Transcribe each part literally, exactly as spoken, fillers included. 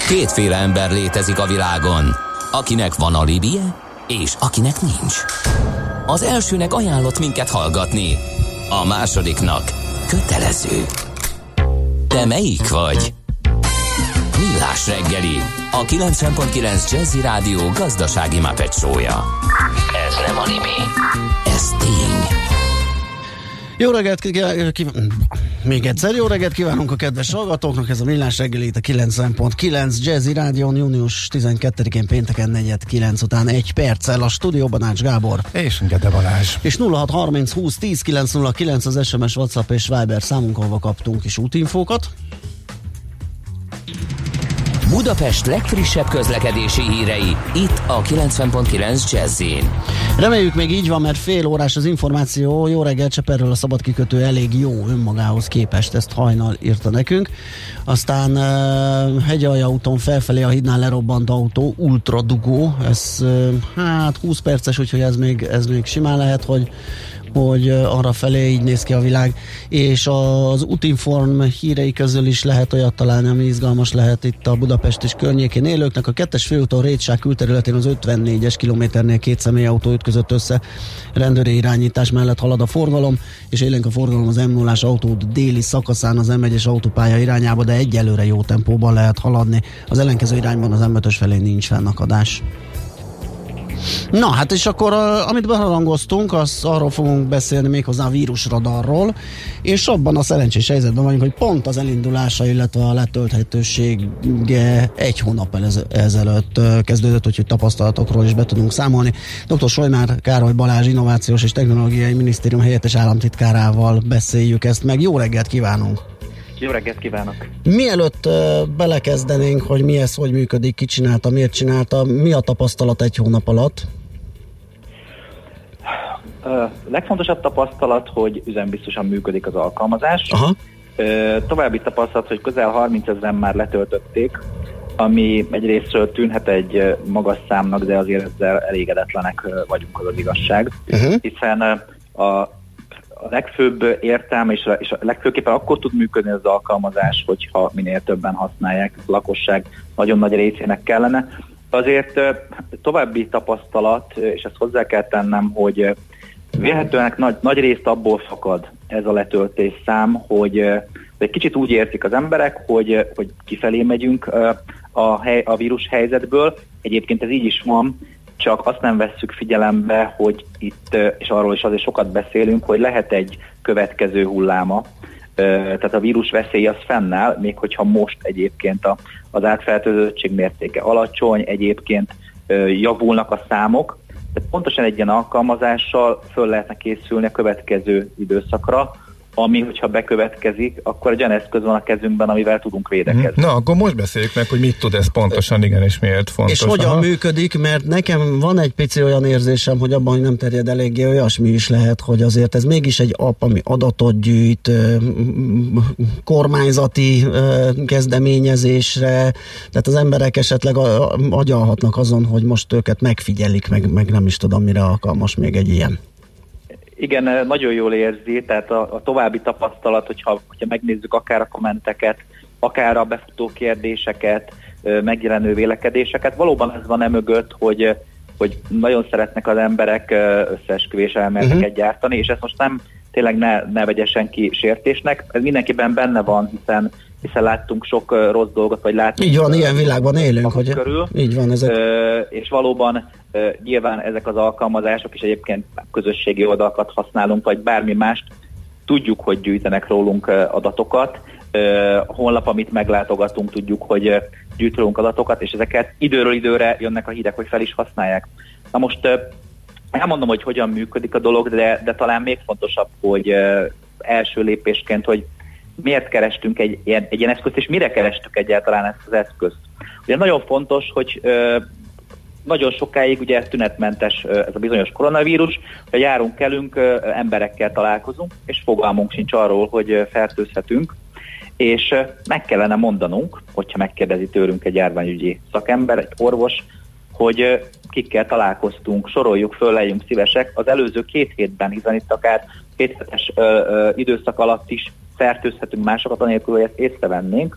Kétféle ember létezik a világon, akinek van alibije, és akinek nincs. Az elsőnek ajánlott minket hallgatni, a másodiknak kötelező. Te melyik vagy? Millás reggeli, a kilencven pont kilenc Jazzy Rádió gazdasági Muppet show-ja. Ez nem anime, ez tény. Jó reggelt kívánunk! Még egyszer jó reggelt kívánunk a kedves hallgatóknak, ez a Millás reggeli itt a kilencven pont kilenc Jazzy Rádión június tizenkettedikén pénteken negyed kilenc után egy perccel a stúdióban Ács Gábor. És Gede Balázs. És nulla hat harminc húsz tíz kilenc nulla kilenc az es em es, WhatsApp és Viber számunk, ahol kaptunk is útinfókat. Budapest legfrissebb közlekedési hírei, itt a kilencven pont kilenc Jazzyn. Reméljük még így van, mert fél órás az információ. Jó reggel, Cseperről a szabad kikötő elég jó önmagához képest, ezt hajnal írta nekünk. Aztán uh, Hegyalja úton felfelé a hídnál lerobbant autó, ultradugó, ez uh, hát húsz perces, úgyhogy ez még, ez még simán lehet, hogy hogy arra felé így néz ki a világ, és az Útinform hírei közül is lehet olyat találni, ami izgalmas lehet itt a Budapest és környékén élőknek. A kettes főúton Rétság külterületén az ötvennégyes kilométernél két személyautó ütközött össze, rendőri irányítás mellett halad a forgalom, és élénk a forgalom az em nullás autóút déli szakaszán az em egyes autópálya irányába, de egyelőre jó tempóban lehet haladni. Az ellenkező irányban az em ötös felé nincs fennakadás. Na, hát és akkor uh, amit beharangoztunk, az arról fogunk beszélni méghozzá a vírusradarról, és abban a szerencsés helyzetben vagyunk, hogy pont az elindulása, illetve a letölthetősége egy hónap ezelőtt uh, kezdődött, úgyhogy tapasztalatokról is be tudunk számolni. doktor Solymár Károly Balázs Innovációs és Technológiai Minisztérium helyettes államtitkárával beszéljük ezt meg. Jó reggelt kívánunk! Jó reggelt kívánok! Mielőtt uh, belekezdenénk, hogy mi ez, hogy működik, ki csinálta, miért csinálta, mi a tapasztalat egy hónap alatt? A uh, legfontosabb tapasztalat, hogy üzembiztosan működik az alkalmazás. Aha. Uh, további tapasztalat, hogy közel harmincezren már letöltötték, ami egyrésztről tűnhet egy magas számnak, de azért ezzel elégedetlenek vagyunk, az az igazság. Uh-huh. Hiszen uh, a A legfőbb értelme és a, és a legfőképpen akkor tud működni az alkalmazás, hogyha minél többen használják, a lakosság nagyon nagy részének kellene. Azért további tapasztalat, és ezt hozzá kell tennem, hogy vélhetően nagy, nagy részt abból fakad ez a letöltés szám, hogy egy kicsit úgy érzik az emberek, hogy, hogy kifelé megyünk a, hely, a vírus helyzetből. Egyébként ez így is van, csak azt nem vesszük figyelembe, hogy itt, és arról is azért sokat beszélünk, hogy lehet egy következő hulláma, tehát a vírus veszély az fennáll, még hogyha most egyébként a, az átfertőzöttség mértéke alacsony, egyébként javulnak a számok, tehát pontosan egy ilyen alkalmazással föl lehetne készülni a következő időszakra, ami, hogyha bekövetkezik, akkor egy olyan eszköz van a kezünkben, amivel tudunk védekezni. Na, akkor most beszéljük meg, hogy mit tud ez pontosan, igen, és miért fontos. És hogyan Aha. működik, mert nekem van egy pici olyan érzésem, hogy abban, hogy nem terjed eléggé, olyasmi is lehet, hogy azért ez mégis egy app, ami adatot gyűjt, kormányzati kezdeményezésre, tehát az emberek esetleg agyalhatnak azon, hogy most őket megfigyelik, meg, meg nem is tudom, mire alkalmas még egy ilyen. Igen, nagyon jól érzi, tehát a, a további tapasztalat, hogyha, hogyha megnézzük akár a kommenteket, akár a befutó kérdéseket, megjelenő vélekedéseket, valóban ez van emögött, hogy, hogy nagyon szeretnek az emberek összeesküvés elméleteket uh-huh. gyártani, és ezt most nem tényleg ne, ne vegye senki sértésnek, ez mindenkiben benne van, hiszen hiszen láttunk sok uh, rossz dolgot, vagy láttunk... Így van, uh, ilyen világban élünk, hogy körül, így van ezek. Uh, és valóban uh, nyilván ezek az alkalmazások, és egyébként közösségi oldalakat használunk, vagy bármi mást, tudjuk, hogy gyűjtenek rólunk uh, adatokat. Uh, a honlap, amit meglátogatunk, tudjuk, hogy uh, gyűjt rólunk adatokat, és ezeket időről időre jönnek a hírek, hogy fel is használják. Na most uh, elmondom, hogy hogyan működik a dolog, de, de talán még fontosabb, hogy uh, első lépésként, hogy miért kerestünk egy ilyen, egy ilyen eszközt, és mire kerestük egyáltalán ezt az eszközt. Ugye nagyon fontos, hogy ö, nagyon sokáig ugye tünetmentes ö, ez a bizonyos koronavírus, hogy járunk, kelünk, ö, emberekkel találkozunk, és fogalmunk sincs arról, hogy ö, fertőzhetünk, és ö, meg kellene mondanunk, hogyha megkérdezi tőlünk egy járványügyi szakember, egy orvos, hogy ö, kikkel találkoztunk, soroljuk föl, legyünk szívesek az előző két hétben, hiszen itt akár két hetes ö, ö, időszak alatt is fertőzhetünk másokat, anélkül, hogy ezt észrevennénk.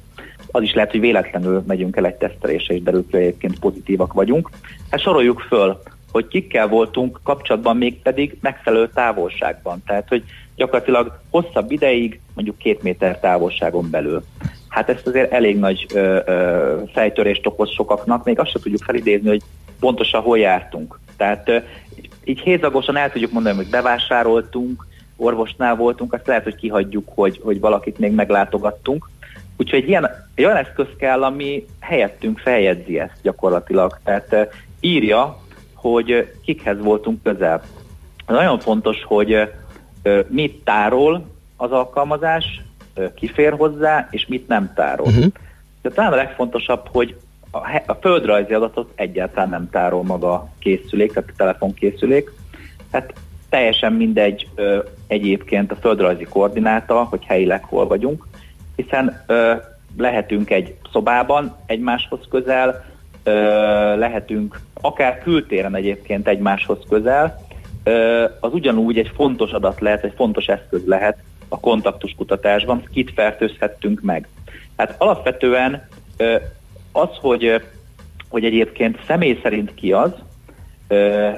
az is lehet, hogy véletlenül megyünk el egy tesztelésre, és derül ki, hogy egyébként pozitívak vagyunk. Hát soroljuk föl, hogy kikkel voltunk kapcsolatban, még pedig megfelelő távolságban. Tehát, hogy gyakorlatilag hosszabb ideig, mondjuk két méter távolságon belül. Hát ezt azért elég nagy ö, ö, fejtörést okoz sokaknak, még azt sem tudjuk felidézni, hogy pontosan hol jártunk. Tehát ö, így hézagosan el tudjuk mondani, hogy bevásároltunk, orvosnál voltunk, azt lehet, hogy kihagyjuk, hogy, hogy valakit még meglátogattunk. Úgyhogy egy, ilyen, egy olyan eszköz kell, ami helyettünk feljegyzi ezt gyakorlatilag. Tehát ö, írja, hogy kikhez voltunk közel. Nagyon fontos, hogy ö, mit tárol az alkalmazás, ö, ki fér hozzá, és mit nem tárol. Uh-huh. De talán a legfontosabb, hogy a, a földrajzi adatot egyáltalán nem tárol maga a készülék, tehát a telefonkészülék. Tehát teljesen mindegy ö, egyébként a földrajzi koordináta, hogy helyileg hol vagyunk, hiszen ö, lehetünk egy szobában egymáshoz közel, ö, lehetünk akár kültéren egyébként egymáshoz közel, ö, az ugyanúgy egy fontos adat lehet, egy fontos eszköz lehet a kontaktuskutatásban, kit fertőzhettünk meg. Hát alapvetően ö, az, hogy, hogy egyébként személy szerint ki az, ö,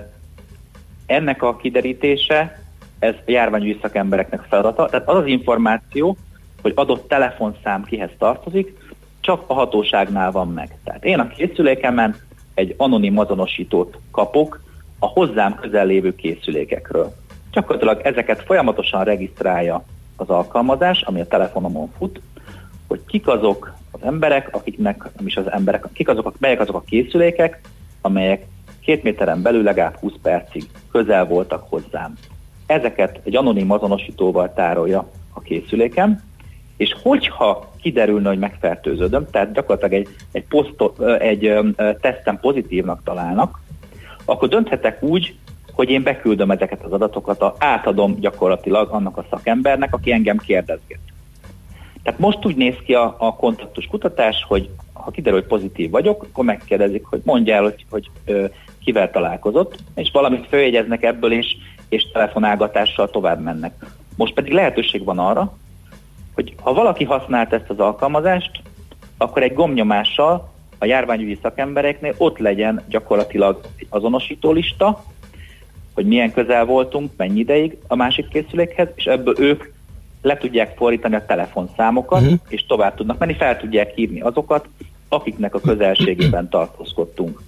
ennek a kiderítése, ez a járványügyi szakembereknek feladata. Tehát az az információ, hogy adott telefonszám kihez tartozik, csak a hatóságnál van meg. Tehát én a készülékemen egy anonim azonosítót kapok a hozzám közel lévő készülékekről. Gyakorlatilag ezeket folyamatosan regisztrálja az alkalmazás, ami a telefonomon fut, hogy kik azok az emberek, akiknek, nem is az emberek, kik azok, melyek azok a készülékek, amelyek két méteren belül legalább húsz percig közel voltak hozzám. Ezeket egy anonim azonosítóval tárolja a készülékem, és hogyha kiderülne, hogy megfertőződöm, tehát gyakorlatilag egy, egy, poszto, egy ö, teszten pozitívnak találnak, akkor dönthetek úgy, hogy én beküldöm ezeket az adatokat, a, átadom gyakorlatilag annak a szakembernek, aki engem kérdezget. Tehát most úgy néz ki a, a kontaktus kutatás, hogy ha kiderül, hogy pozitív vagyok, akkor megkérdezik, hogy mondja el, hogy, hogy ö, kivel találkozott, és valamit följegyeznek ebből, és, és telefonálgatással tovább mennek. Most pedig lehetőség van arra, hogy ha valaki használt ezt az alkalmazást, akkor egy gombnyomással a járványügyi szakembereknél ott legyen gyakorlatilag egy azonosítólista, hogy milyen közel voltunk, mennyi ideig a másik készülékhez, és ebből ők le tudják fordítani a telefonszámokat, uh-huh. és tovább tudnak menni, fel tudják hívni azokat, akiknek a közelségében tartózkodtunk.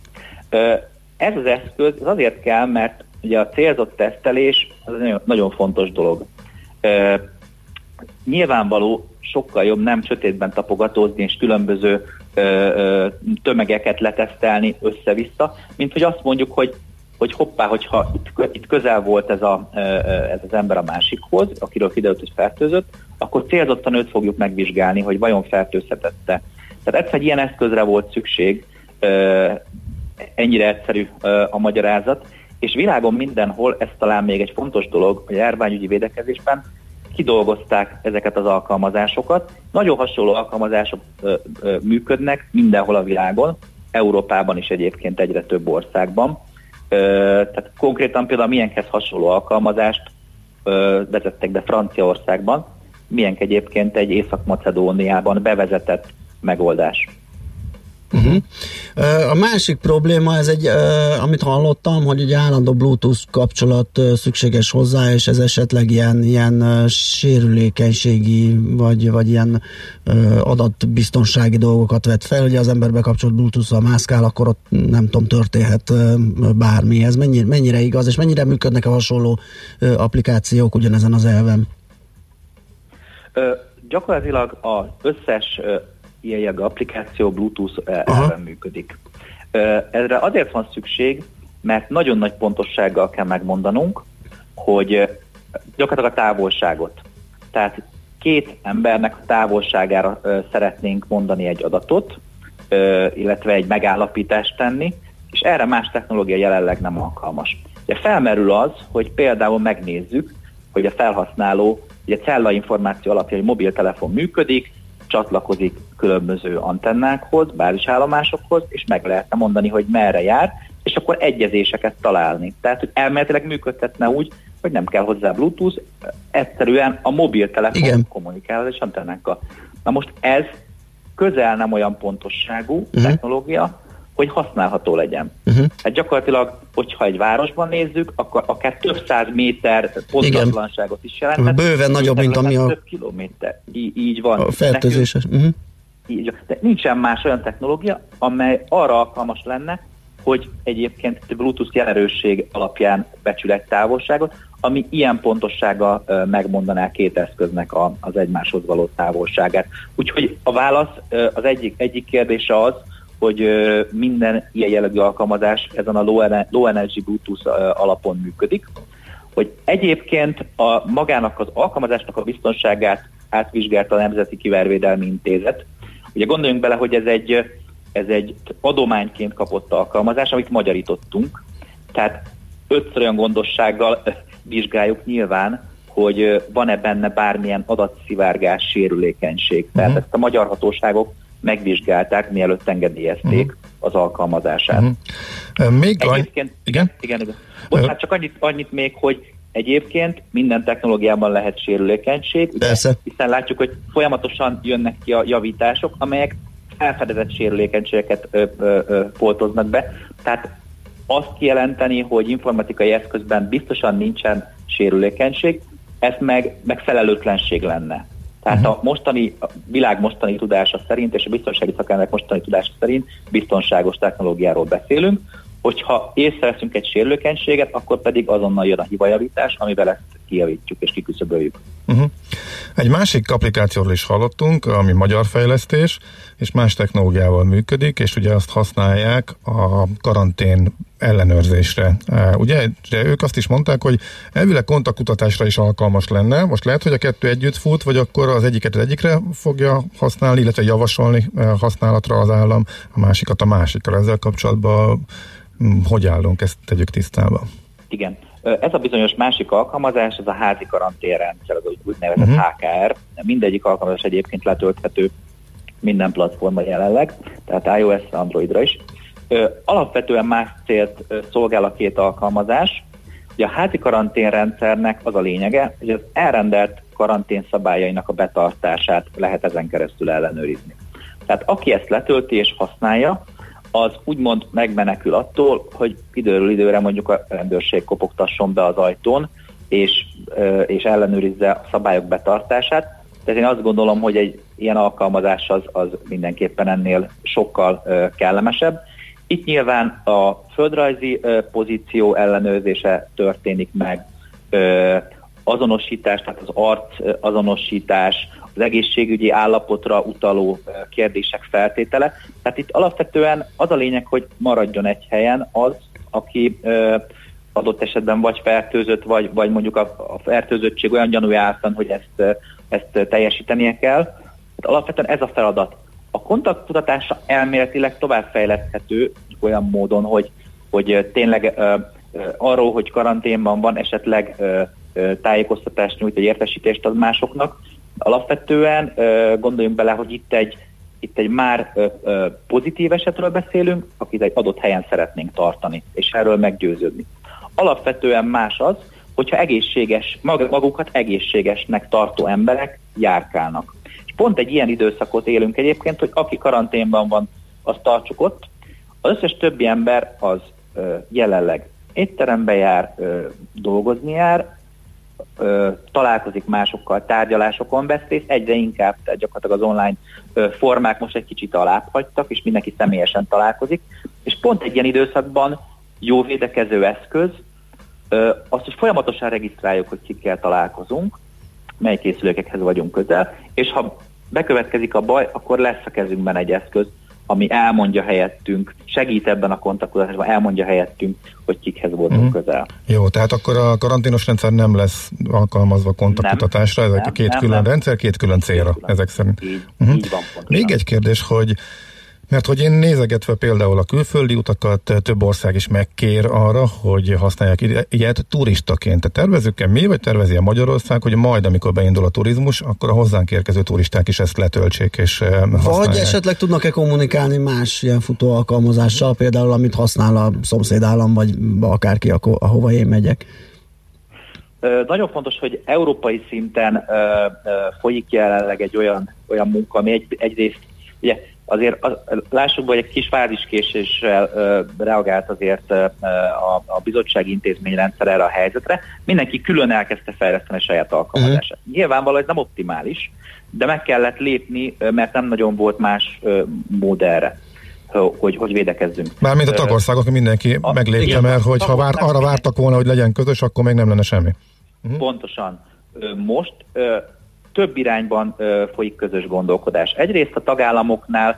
Ez az eszköz az azért kell, mert ugye a célzott tesztelés az nagyon, nagyon fontos dolog. Nyilvánvaló sokkal jobb nem sötétben tapogatózni és különböző ö, ö, tömegeket letesztelni össze-vissza, mint hogy azt mondjuk, hogy, hogy hoppá, hogyha itt, itt közel volt ez, a, ö, ez az ember a másikhoz, akiről kiderült, hogy fertőzött, akkor célzottan őt fogjuk megvizsgálni, hogy vajon fertőzhetette. Tehát egyszer egy ilyen eszközre volt szükség, ö, ennyire egyszerű ö, a magyarázat, és világon mindenhol, ez talán még egy fontos dolog a járványügyi védekezésben, kidolgozták ezeket az alkalmazásokat. Nagyon hasonló alkalmazások ö, ö, működnek mindenhol a világon, Európában is egyébként egyre több országban. Ö, tehát konkrétan például milyenhez hasonló alkalmazást ö, vezettek be Franciaországban, milyen egyébként egy Észak-Macedóniában bevezetett megoldás. Uh-huh. A másik probléma, ez egy, amit hallottam, hogy egy állandó Bluetooth kapcsolat szükséges hozzá, és ez esetleg ilyen, ilyen sérülékenységi, vagy, vagy ilyen adatbiztonsági dolgokat vet fel, hogy az ember bekapcsolt Bluetooth-szal mászkál, akkor ott nem tudom, történhet bármi. Ez mennyire, mennyire igaz, és mennyire működnek a hasonló applikációk ugyanezen az elven? Ö, gyakorlatilag az összes ilyen jellegű applikáció Bluetooth elven működik. Erre azért van szükség, mert nagyon nagy pontossággal kell megmondanunk, hogy gyakorlatilag a távolságot. Tehát két embernek a távolságára szeretnénk mondani egy adatot, illetve egy megállapítást tenni, és erre más technológia jelenleg nem alkalmas. Ugye felmerül az, hogy például megnézzük, hogy a felhasználó, ugye cellainformáció alapján, hogy mobiltelefon működik, csatlakozik különböző antennákhoz, bázisállomásokhoz, és meg lehetne mondani, hogy merre jár, és akkor egyezéseket találni. Tehát, hogy elméletileg működtetne úgy, hogy nem kell hozzá Bluetooth, egyszerűen a mobiltelefon kommunikál és antennákkal. Na most ez közel nem olyan pontosságú uh-huh. technológia, hogy használható legyen. Uh-huh. Hát gyakorlatilag, hogyha egy városban nézzük, akkor akár több száz méter pontatlanságot is jelenthet. Bőven nagyobb, mint ami a... Több kilométer. Í- így van. A fertőzéses. Uh-huh. Így, de nincsen más olyan technológia, amely arra alkalmas lenne, hogy egyébként Bluetooth jelerősség alapján becsül egy távolságot, ami ilyen pontossággal uh, megmondaná két eszköznek a, az egymáshoz való távolságát. Úgyhogy a válasz uh, az egyik, egyik kérdése az, hogy uh, minden ilyen jellegű alkalmazás ezen a low, ener- low energy Bluetooth uh, alapon működik. Hogy egyébként a magának az alkalmazásnak a biztonságát átvizsgálta a Nemzeti Kibervédelmi Intézet. Ugye gondoljunk bele, hogy ez egy, ez egy adományként kapott alkalmazás, amit magyarítottunk. Tehát ötször olyan gondossággal vizsgáljuk nyilván, hogy van-e benne bármilyen adatszivárgás, sérülékenység. Tehát uh-huh. ezt a magyar hatóságok megvizsgálták, mielőtt engedélyezték uh-huh. az alkalmazását. Uh-huh. Még Egyébként, a... igen? Igen, igen. Most hát csak annyit, annyit még, hogy egyébként minden technológiában lehet sérülékenység, Persze. hiszen látjuk, hogy folyamatosan jönnek ki a javítások, amelyek felfedezett sérülékenységeket ö, ö, ö, poltoznak be. Tehát azt kijelenteni, hogy informatikai eszközben biztosan nincsen sérülékenység, ez meg, meg felelőtlenség lenne. Tehát uh-huh. a mostani, a világ mostani tudása szerint, és a biztonsági szakemberek mostani tudása szerint biztonságos technológiáról beszélünk. Hogyha észreveszünk egy sérülékenységet, akkor pedig azonnal jön a hibajavítás, amivel ezt kijavítjuk és kiküszöböljük. Uh-huh. Egy másik applikációról is hallottunk, ami magyar fejlesztés, és más technológiával működik, és ugye azt használják a karantén ellenőrzésre. Ugye ők azt is mondták, hogy elvileg kontaktkutatásra is alkalmas lenne. Most lehet, hogy a kettő együtt fut, vagy akkor az egyiket az egyikre fogja használni, illetve javasolni használatra az állam, a másikat a másikra. Ezzel kapcsolatban hogy állunk, ezt tegyük tisztába? Igen. Ez a bizonyos másik alkalmazás, ez a házi karanténrendszer, az úgynevezett uh-huh. há ká er. Mindegyik alkalmazás egyébként letölthető minden platformon jelenleg, tehát iOS-re, Androidra is. Alapvetően más célt szolgál a két alkalmazás. Ugye a házi karanténrendszernek az a lényege, hogy az elrendelt karantén szabályainak a betartását lehet ezen keresztül ellenőrizni. Tehát aki ezt letölti és használja, az úgymond megmenekül attól, hogy időről időre mondjuk a rendőrség kopogtasson be az ajtón, és, és ellenőrizze a szabályok betartását. Tehát én azt gondolom, hogy egy ilyen alkalmazás az, az mindenképpen ennél sokkal kellemesebb. Itt nyilván a földrajzi pozíció ellenőrzése történik meg, azonosítás, tehát az arc azonosítás, az egészségügyi állapotra utaló kérdések feltétele. Tehát itt alapvetően az a lényeg, hogy maradjon egy helyen az, aki adott esetben vagy fertőzött, vagy, vagy mondjuk a, a fertőzöttség olyan gyanúja áll fenn, hogy ezt, ezt teljesítenie kell. Tehát alapvetően ez a feladat. A kontaktkutatásra elméletileg továbbfejleszthető olyan módon, hogy, hogy tényleg uh, uh, arról, hogy karanténban van, esetleg uh, uh, tájékoztatást nyújt, egy értesítést ad másoknak. Alapvetően uh, gondoljunk bele, hogy itt egy, itt egy már uh, uh, pozitív esetről beszélünk, akit egy adott helyen szeretnénk tartani, és erről meggyőződni. Alapvetően más az, hogyha egészséges, mag, magukat egészségesnek tartó emberek járkálnak. És pont egy ilyen időszakot élünk egyébként, hogy aki karanténban van, azt tartsuk ott. Az összes többi ember az ö, jelenleg étterembe jár, ö, dolgozni jár, ö, találkozik másokkal, tárgyalásokon vesz részt, egyre inkább, tehát gyakorlatilag az online ö, formák most egy kicsit alább hagytak, és mindenki személyesen találkozik. És pont egy ilyen időszakban jó védekező eszköz, ö, azt, hogy folyamatosan regisztráljuk, hogy kikkel találkozunk, mely készülékekhez vagyunk közel, és ha bekövetkezik a baj, akkor lesz a kezünkben egy eszköz, ami elmondja helyettünk, segít ebben a kontaktkutatásban, elmondja helyettünk, hogy kikhez voltunk uh-huh. közel. Jó, tehát akkor a karanténos rendszer nem lesz alkalmazva kontaktkutatásra, ezek nem, a két nem, külön nem. rendszer, két külön célra, két külön. Ezek szerint. Így, uh-huh. így van. Pontosan. Még egy kérdés, hogy mert hogy én nézegetve például a külföldi utakat, több ország is megkér arra, hogy használják ilyet turistaként. Te tervezzük-e mi, vagy tervezi a Magyarország, hogy majd, amikor beindul a turizmus, akkor a hozzánk érkező turisták is ezt letöltsék és használják? Vagy esetleg tudnak-e kommunikálni más ilyen futó alkalmazással, például amit használ a szomszédállam, vagy akárki, ahova én megyek? Nagyon fontos, hogy európai szinten ö, ö, folyik jelenleg egy olyan, olyan munka, ami egy, egyrészt ugye azért az, lássuk, hogy egy kis fáziskéséssel uh, reagált azért uh, a, a bizottsági intézményrendszer erre a helyzetre. Mindenki külön elkezdte fejleszteni a saját alkalmazását. Uh-huh. Nyilvánvalóan ez nem optimális, de meg kellett lépni, mert nem nagyon volt más uh, mód erre, hogy, hogy védekezzünk. Mármint a tagországok mindenki a, meglépte, igen, mert hogyha vár, arra vártak volna, hogy legyen közös, akkor még nem lenne semmi. Uh-huh. Pontosan. Most több irányban folyik közös gondolkodás. Egyrészt a tagállamoknál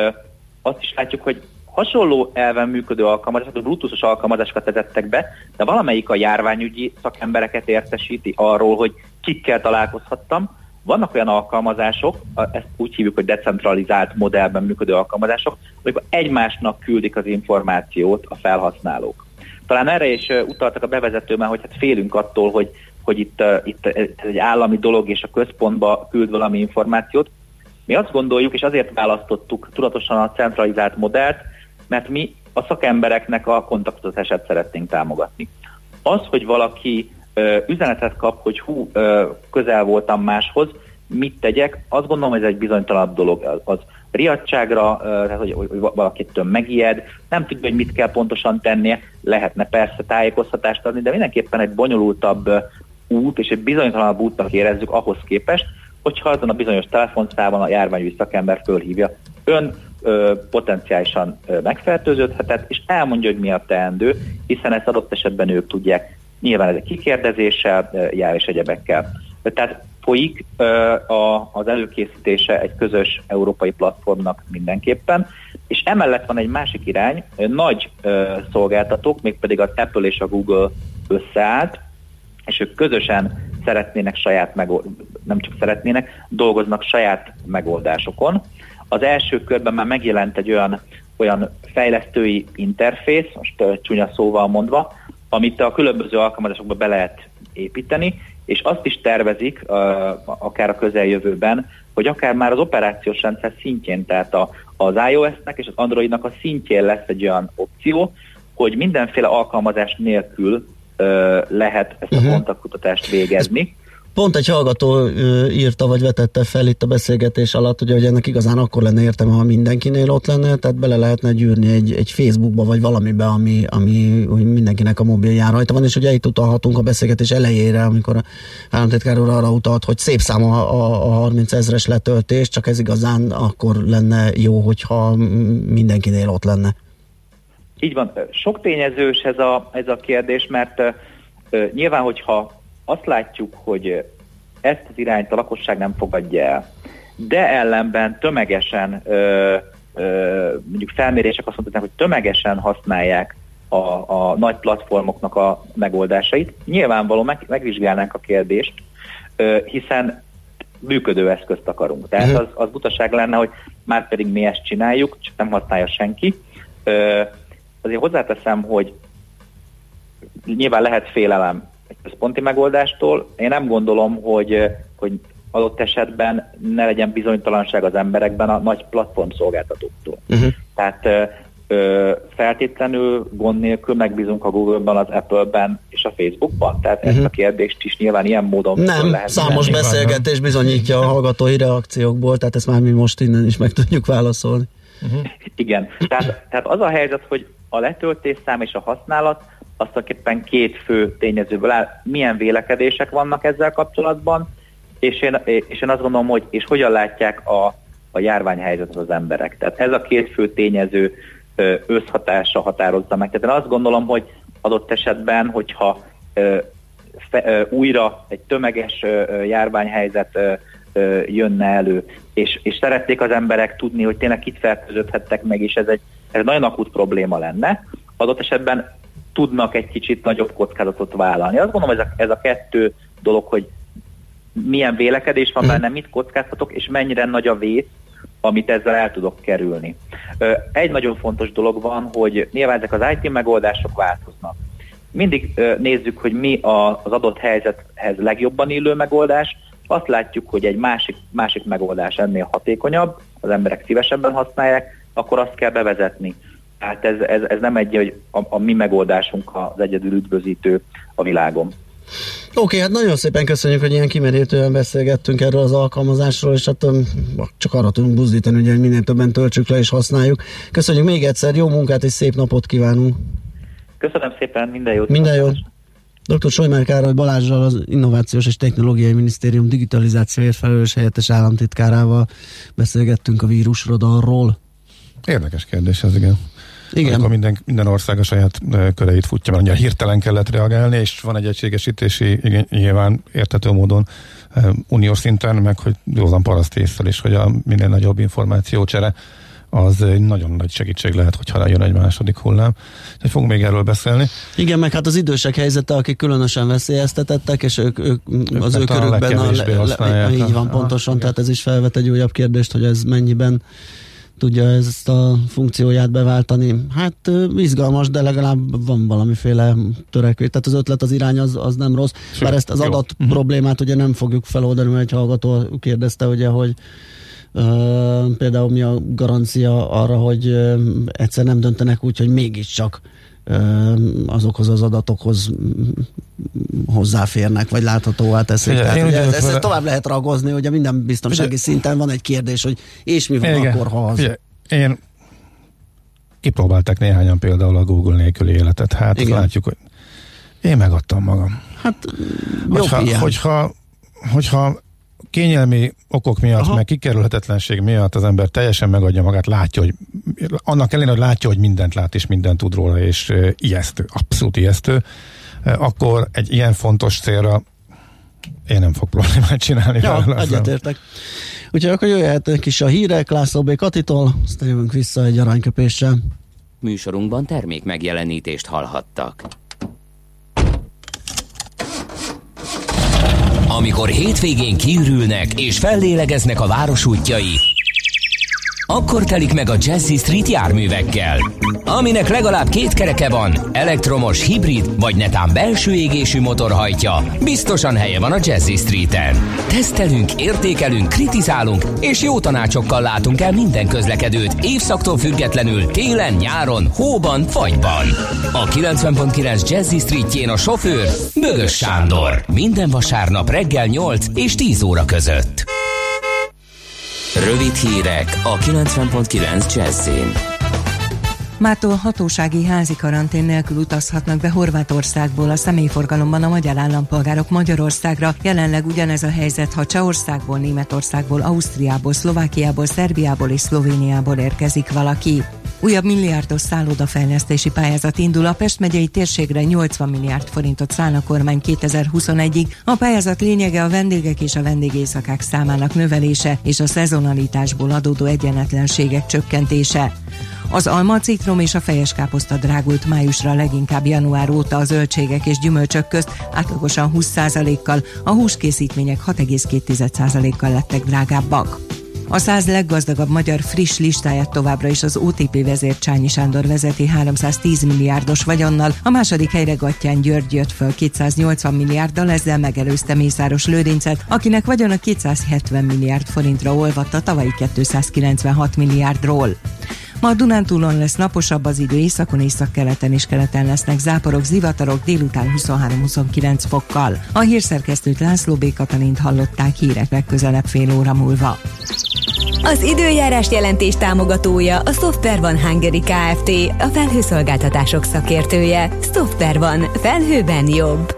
azt is látjuk, hogy hasonló elven működő alkalmazásokat, bluetoothos alkalmazásokat vezettek be, de valamelyik a járványügyi szakembereket értesíti arról, hogy kikkel találkozhattam. Vannak olyan alkalmazások, ezt úgy hívjuk, hogy decentralizált modellben működő alkalmazások, amikor egymásnak küldik az információt a felhasználók. Talán erre is utaltak a bevezetőben, hogy hát félünk attól, hogy, hogy itt, itt ez egy állami dolog, és a központba küld valami információt. Mi azt gondoljuk, és azért választottuk tudatosan a centralizált modellt, mert mi a szakembereknek a kontaktozását szeretnénk támogatni. Az, hogy valaki ö, üzenetet kap, hogy hú, ö, közel voltam máshoz, mit tegyek, azt gondolom, hogy ez egy bizonytalanabb dolog. Az, az riadtságra, tehát hogy, hogy valakitől megijed, nem tudja, hogy mit kell pontosan tennie, lehetne persze tájékoztatást adni, de mindenképpen egy bonyolultabb út, és egy bizonytalanabb útnak érezzük ahhoz képest, hogyha azon a bizonyos telefonszában a járványügyi szakember fölhívja. Ön ö, potenciálisan ö, megfertőződhetett, és elmondja, hogy mi a teendő, hiszen ezt adott esetben ők tudják. Nyilván ez egy kikérdezéssel ö, jár és egyebekkel. Tehát folyik ö, a, az előkészítése egy közös európai platformnak mindenképpen, és emellett van egy másik irány, nagy ö, szolgáltatók, mégpedig az Apple és a Google összeállt, és ők közösen szeretnének saját megoldásokat, nem csak szeretnének, dolgoznak saját megoldásokon. Az első körben már megjelent egy olyan, olyan fejlesztői interfész, most uh, csúnya szóval mondva, amit a különböző alkalmazásokba be lehet építeni, és azt is tervezik, uh, akár a közeljövőben, hogy akár már az operációs rendszer szintjén, tehát a, az iOS-nek és az Androidnak a szintjén lesz egy olyan opció, hogy mindenféle alkalmazás nélkül uh, lehet ezt a uh-huh. kontaktkutatást végezni. Pont egy hallgató írta, vagy vetette fel itt a beszélgetés alatt, ugye, hogy ennek igazán akkor lenne értelme, ha mindenkinél ott lenne, tehát bele lehetne gyűrni egy, egy Facebookba, vagy valamibe, ami, ami mindenkinek a mobilján rajta van, és ugye itt utalhatunk a beszélgetés elejére, amikor a államtitkár úr arra utalt, hogy szép szám a, a, a harminc ezres letöltés, csak ez igazán akkor lenne jó, hogyha mindenkinél ott lenne. Így van. Sok tényezős ez a, ez a kérdés, mert uh, nyilván, hogyha azt látjuk, hogy ezt az irányt a lakosság nem fogadja el, de ellenben tömegesen, ö, ö, mondjuk felmérések azt mondták, hogy tömegesen használják a, a nagy platformoknak a megoldásait, nyilvánvalóan meg, megvizsgálnánk a kérdést, ö, hiszen működő eszközt akarunk. Tehát az, az butaság lenne, hogy már pedig mi ezt csináljuk, csak nem használja senki. Ö, azért hozzáteszem, hogy nyilván lehet félelem egy központi megoldástól. Én nem gondolom, hogy, hogy adott esetben ne legyen bizonytalanság az emberekben a nagy platform szolgáltatóktól. Uh-huh. Tehát ö, feltétlenül gond nélkül megbízunk a Google-ban, az Apple-ben és a Facebook-ban. Tehát uh-huh. ezt a kérdést is nyilván ilyen módon nem, lehet számos lenni. Beszélgetés bizonyítja a hallgatói reakciókból, tehát ezt már mi most innen is meg tudjuk válaszolni. Uh-huh. Igen. Tehát, tehát az a helyzet, hogy a letöltésszám és a használat azt tulajdonképpen két fő tényezőből áll. Milyen vélekedések vannak ezzel kapcsolatban, és én, és én azt gondolom, hogy és hogyan látják a, a járványhelyzetet az emberek. Tehát ez a két fő tényező összhatása határozza meg. Tehát én azt gondolom, hogy adott esetben, hogyha fe, újra egy tömeges járványhelyzet jönne elő, és, és szeretnék az emberek tudni, hogy tényleg kit fertőződhettek meg, és ez egy, ez nagyon akut probléma lenne, adott esetben tudnak egy kicsit nagyobb kockázatot vállalni. Azt gondolom, ez a, ez a kettő dolog, hogy milyen vélekedés van benne, mit kockáztatok, és mennyire nagy a vész, amit ezzel el tudok kerülni. Egy nagyon fontos dolog van, hogy nyilván ezek az i té megoldások változnak. Mindig nézzük, hogy mi az adott helyzethez legjobban illő megoldás. Azt látjuk, hogy egy másik, másik megoldás ennél hatékonyabb, az emberek szívesebben használják, akkor azt kell bevezetni. Tehát ez, ez, ez nem egy, hogy a, a mi megoldásunk az egyedül üdvözítő a világon. Oké, okay, hát nagyon szépen köszönjük, hogy ilyen kimerítően beszélgettünk erről az alkalmazásról, és hát csak arra tudunk buzdítani, ugye, hogy minél többen töltsük le és használjuk. Köszönjük még egyszer, jó munkát és szép napot kívánunk! Köszönöm szépen, minden jót! Minden jót! doktor Sojmár Károly Balázsral, az Innovációs és Technológiai Minisztérium digitalizációért felelős helyettes államtitkárával beszélgettünk a vírusradarról. Érdekes kérdés ez, igen. Igen. Amikor minden, minden ország a saját köreit futja, mert ugye hirtelen kellett reagálni, és van egy egységesítési igény, nyilván érthető módon uniós szinten, meg hogy józan paraszt észre is, hogy a minél nagyobb információcsere az egy nagyon nagy segítség lehet, hogyha jön egy második hullám. Úgyhogy fogunk még erről beszélni. Igen, meg hát az idősek helyzete, akik különösen veszélyeztetettek, és ők, ők, ők az ő körükben a, le, le, így van, pontosan, ah, tehát ez is felvet egy újabb kérdést, hogy ez mennyiben tudja ezt a funkcióját beváltani. Hát izgalmas, de legalább van valamiféle törekvés. Tehát az ötlet, az irány az, az nem rossz. Bár ezt az adat uh-huh. problémát ugye nem fogjuk feloldani, mert egy hallgató kérdezte, ugye, hogy Uh, például mi a garancia arra, hogy uh, egyszer nem döntenek úgy, hogy mégiscsak uh, azokhoz az adatokhoz hozzáférnek, vagy láthatóvá teszik. Igen, Tehát, ugye, ezt vele... tovább lehet ragozni, hogy a minden biztonsági ugye... szinten van egy kérdés, hogy és mi van igen. akkor, ha az... Ugye, én kipróbálták néhányan például a Google nélküli életet. Hát látjuk, hogy én megadtam magam. Hát hogyha, jobb hogyha, hogyha kényelmi okok miatt, aha. meg kikerülhetetlenség miatt az ember teljesen megadja magát, látja, hogy annak ellenére, hogy látja, hogy mindent lát, és mindent tud róla, és uh, ijesztő, abszolút ijesztő, uh, akkor egy ilyen fontos célra én nem fog problémát csinálni. Ja, egyetértek. Úgyhogy akkor jöjjehetnek is a hírek László B. Katitól, aztán jövünk vissza egy aranyköpéssel. Műsorunkban termék megjelenítést hallhattak. Amikor hétvégén kiürülnek és fellélegeznek a város útjai, akkor telik meg a Jazzy Street járművekkel, aminek legalább két kereke van, elektromos, hibrid vagy netán belső égésű motor hajtja, biztosan helye van a Jazzy Streeten. Tesztelünk, értékelünk, kritizálunk és jó tanácsokkal látunk el minden közlekedőt évszaktól függetlenül télen, nyáron, hóban, fagyban. A kilencven pont kilenc Jazzy Streetjén a sofőr Bögös Sándor. Minden vasárnap reggel nyolc és tíz óra között. Rövid hírek a kilencven pont kilenc Jazzin. Mától hatósági házi karantén nélkül utazhatnak be Horvátországból a személyforgalomban a magyar állampolgárok Magyarországra. Jelenleg ugyanez a helyzet, ha Csehországból, Németországból, Ausztriából, Szlovákiából, Szerbiából és Szlovéniából érkezik valaki. Újabb milliárdos szállodafejlesztési pályázat indul, a Pest megyei térségre nyolcvan milliárd forintot szán a kormány kétezer-huszonegyig. A pályázat lényege a vendégek és a vendégészakák számának növelése és a szezonalitásból adódó egyenletlenségek csökkentése. Az alma, citrom és a fejeskáposzta drágult májusra, leginkább január óta a zöldségek és gyümölcsök közt átlagosan húsz százalékkal, a húskészítmények hat egész két százalékkal lettek drágábbak. A száz leggazdagabb magyar friss listáját továbbra is az o té pé vezér Csányi Sándor vezeti háromszáztíz milliárdos vagyonnal, a második helyre Gattyán György jött föl kétszáznyolcvan milliárddal, ezzel megelőzte Mészáros Lőrincet, akinek vagyona kétszázhetven milliárd forintra olvadt a tavalyi kétszázkilencvenhat milliárdról. Ma a Dunántúlon lesz naposabb az idő, északon, északkeleten és keleten lesznek záporok, zivatarok, délután huszonhárom-huszonkilenc fokkal. A hírszerkesztőt, László B. Katalint hallották, hírek legközelebb fél óra múlva. Az időjárás jelentés támogatója a Software One Hungary Kft., a felhőszolgáltatások szakértője. Software One. Felhőben jobb.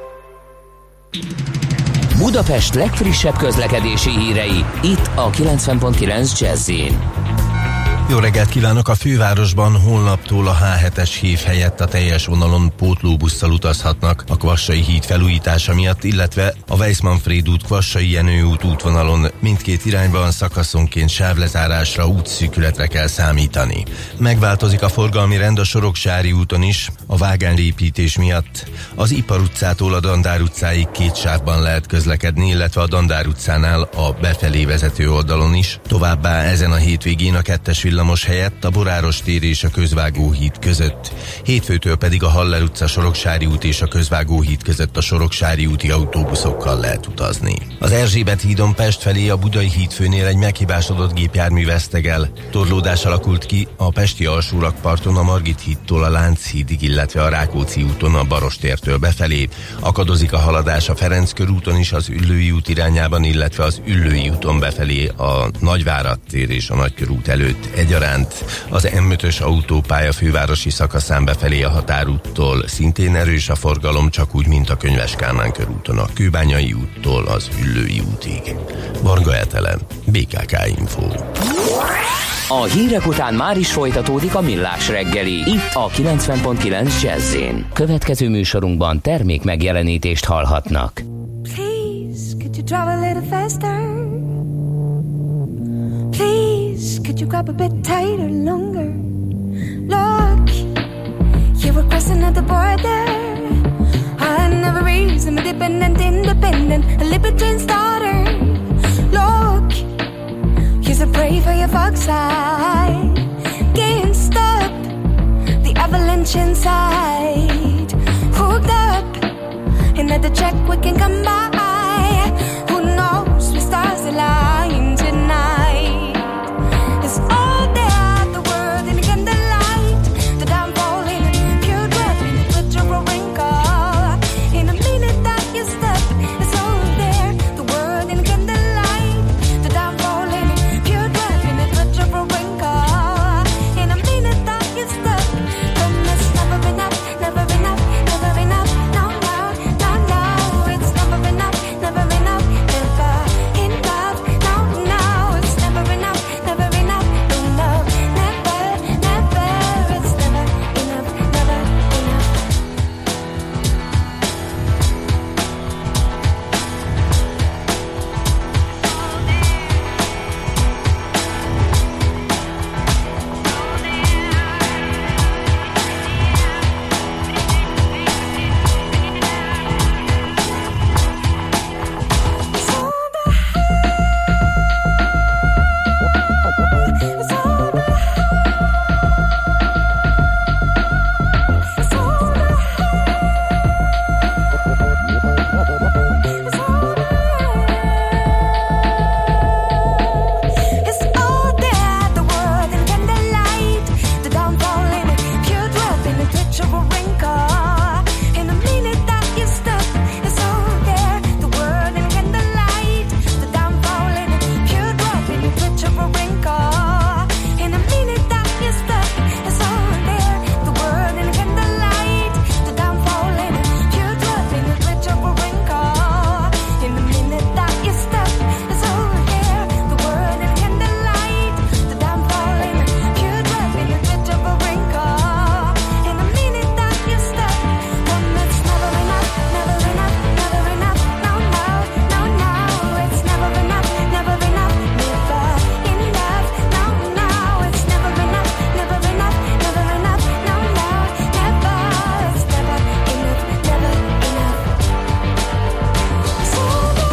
Budapest legfrissebb közlekedési hírei, itt a kilencven pont kilenc Jazzin. Jó reggelt kívánok! A fővárosban holnaptól a há hetes hév helyett a teljes vonalon pótlóbusszal utazhatnak a Kvassai híd felújítása miatt, illetve a Weiss-Manfréd út Kvassai Jenő út útvonalon mindkét irányban szakaszonként sávlezárásra, útszűkületre kell számítani. Megváltozik a forgalmi rend a Soroksári úton is, a vágányépítés miatt. Az Ipar utcától a Dandár utcáig két sávban lehet közlekedni, illetve a Dandár utcánál a befelé vezető oldalon is. Továbbá ezen a hétvégén a kettes villamos villamos helyett a Boráros tér és a Közvágóhíd között. Hétfőtől pedig a Haller utca, Soroksári út és a Közvágóhíd között a Soroksári úti autóbuszokkal lehet utazni. Az Erzsébet hídon Pest felé a Budai hídfőnél egy meghibásodott gépjármű vesztegel. Torlódás alakult ki a pesti alsórakparton a Margit hídtól a Lánchídig, illetve a Rákóczi úton a Barostértől befelé. Akadozik a haladás a Ferenc körúton is az Üllői út irányában, illetve az Üllői úton befelé a Nagyvárad tér és a Nagykörút előtt egyaránt. Az em ötös autópálya fővárosi szakaszán befelé a Határúttól szintén erős a forgalom, csak úgy, mint a Könyves Kálmán körúton a Kőbányai úttól az Üllői útig. Varga Etele, bé ká ká Info. A hírek után már is folytatódik a Millás reggeli, itt a kilencven pont kilenc Jazz-én. Következő műsorunkban termék megjelenítést hallhatnak. Please, could you drive a little faster? Please, could you grab a bit tighter, longer? Look, you were crossing at the border. I never raised, I'm a dependent, independent, a libertine's daughter. Look, here's a pray for your fox eye. Can't stop the avalanche inside. Hooked up, and at the check we can come by. Who knows, we stars align tonight. It's all there, the world in the candlelight. The downfall in a pure drop in a picture of a wrinkle. In a minute that you step, it's all there, the world in the candlelight. The downfall in a pure drop in a picture of a wrinkle. In a minute that you step, then it's never enough, never enough, never enough. No, no, no, no, it's never enough, never enough, never enough. No, no, it's never enough, never enough, no, never, never, it's never enough, never enough. It's all there. It's all there. It's all there. It's all there. It's all there, the world in candlelight. The downfall in a pure drop in a picture of a wrinkle. In a minute that you step, it's all there, the world in candlelight. The downfall in a pure drop in a picture of a wrinkle. In a minute that you step, it's all there, the world in candlelight. The downfall in a pure drop in a picture of a wrinkle. In a minute that you step, it's all there, the world in candlelight. The downfall in a pure drop in a picture of a wrinkle. In a minute that you step, then it's never enough, never enough, never enough. No, no, no, no, it's never enough, never enough, never enough. No, no, it's never enough, never enough, never enough. No, no, never, it's never enough, never enough. It's all there.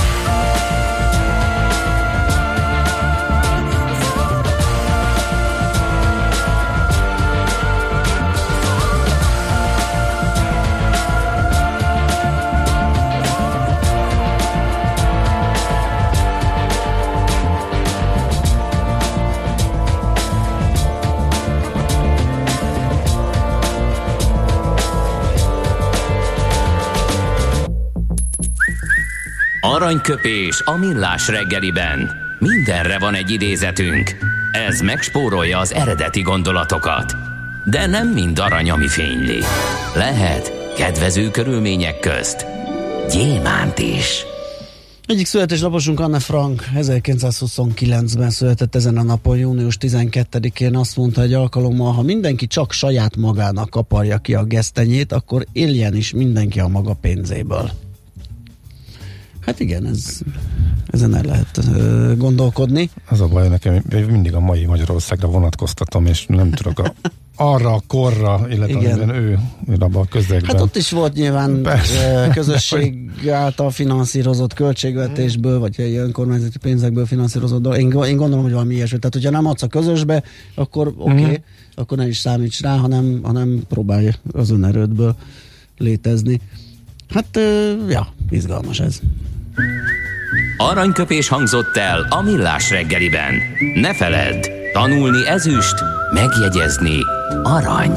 Aranyköpés a Millás reggeliben. Mindenre van egy idézetünk. Ez megspórolja az eredeti gondolatokat. De nem mind arany, ami fényli. Lehet kedvező körülmények közt gyémánt is. Egyik születésnaposunk Anne Frank ezerkilencszázhuszonkilencben született ezen a napon, június tizenkettedikén. Azt mondta egy alkalommal, ha mindenki csak saját magának kaparja ki a gesztenyét, akkor éljen is mindenki a maga pénzéből. Hát igen, ez, ezen el lehet uh, gondolkodni. Az a baj, nekem mindig a mai Magyarországra vonatkoztatom, és nem tudok a, arra a korra, illetve amiben ő, ő abban a közegben. Hát ott is volt nyilván Persze. közösség által finanszírozott költségvetésből, vagy önkormányzati pénzekből finanszírozott dolog. Én, én gondolom, hogy valami ilyesmi. Tehát, hogyha nem adsz a közösbe, akkor oké, okay, mm. akkor ne is számíts rá, hanem, hanem próbálj az önerődből létezni. Hát, ja, izgalmas ez. Aranyköpés hangzott el a Millás reggeliben. Ne feledd, tanulni ezüst, megjegyezni arany.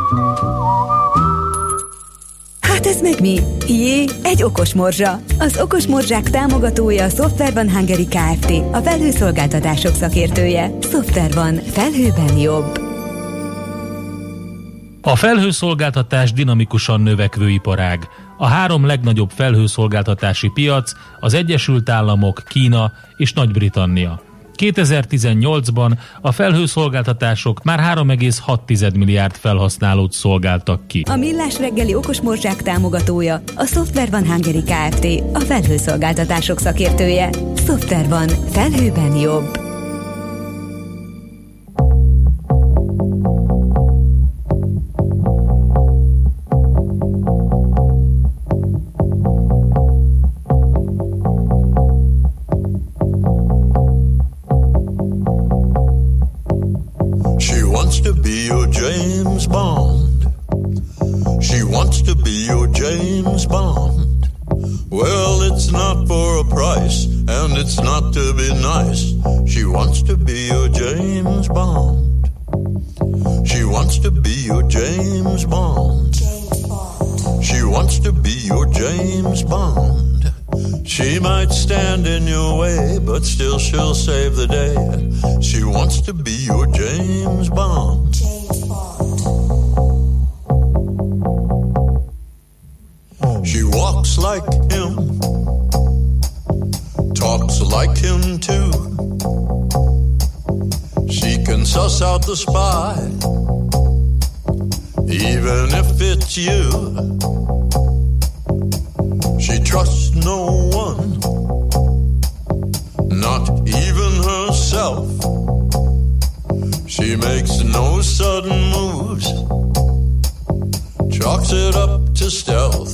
Hát ez meg mi? Jé, egy okos morzsa. Az okos morzsák támogatója a Software One Hungary Kft., a felhőszolgáltatások szakértője. Software One. Felhőben jobb. A felhőszolgáltatás dinamikusan növekvő iparág. A három legnagyobb felhőszolgáltatási piac az Egyesült Államok, Kína és Nagy-Britannia. kétezer-tizennyolcban a felhőszolgáltatások már három egész hat milliárd felhasználót szolgáltak ki. A Millás reggeli okos morzsák támogatója a Software One Hungary Kft., a felhőszolgáltatások szakértője. Software One. Felhőben jobb. It's not to be nice. She wants to be your James Bond. She wants to be your James Bond. She wants to be your James Bond. She might stand in your way, but still she'll save the day. She wants to be your James Bond. She walks like him, talks like him too. She can suss out the spy, even if it's you. She trusts no one, not even herself. She makes no sudden moves, chalks it up to stealth.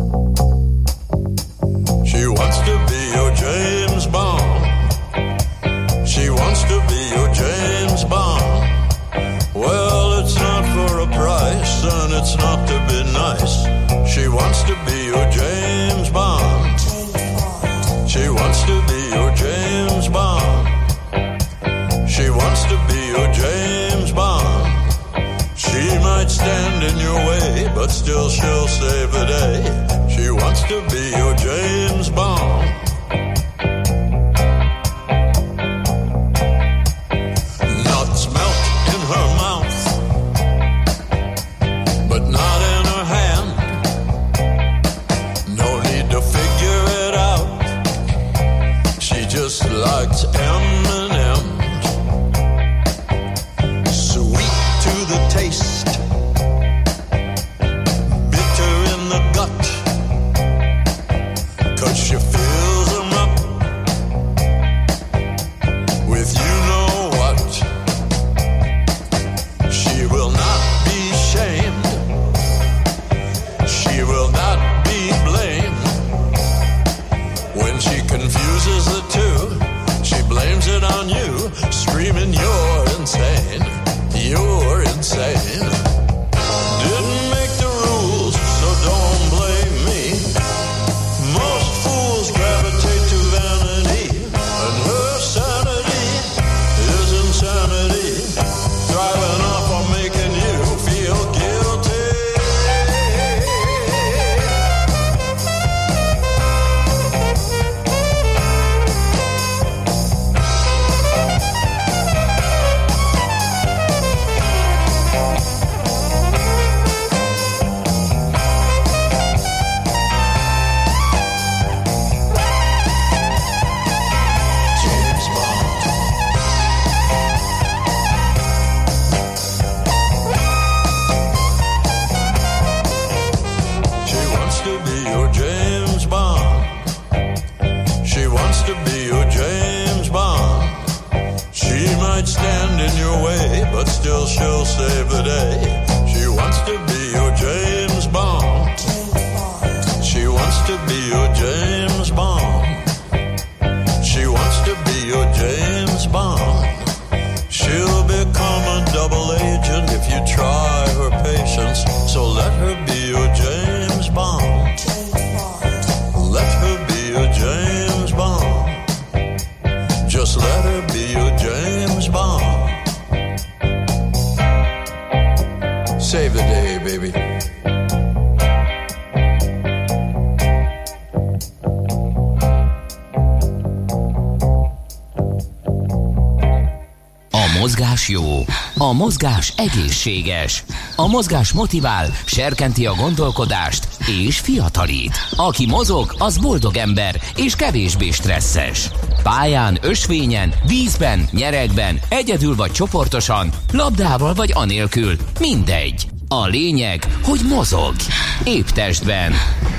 She wants to be your James Bond. She wants to be your James Bond. Well, it's not for a price, and it's not to be nice. She wants to be your James Bond. She wants to be your James Bond. She wants to be your James Bond. She might stand in your way, but still she'll save the day. She wants to be your James Bond. Nuts melt in her mouth, but not in her hand. No need to figure it out. She just likes M and M's. Sweet to the taste, bitter in the gut. Cause she fills them up with you know what. She will not be shamed. She will not be blamed. When she confuses the two, she blames it on you, screaming you're insane. You're insane. save the day, baby. A mozgás jó, a mozgás egészséges, a mozgás motivál, serkenti a gondolkodást és fiatalít. Aki mozog, az boldog ember és kevésbé stresszes. Pályán, ösvényen, vízben, nyeregben, egyedül vagy csoportosan, labdával vagy anélkül, mindegy. A lényeg, hogy mozog. Épp testben.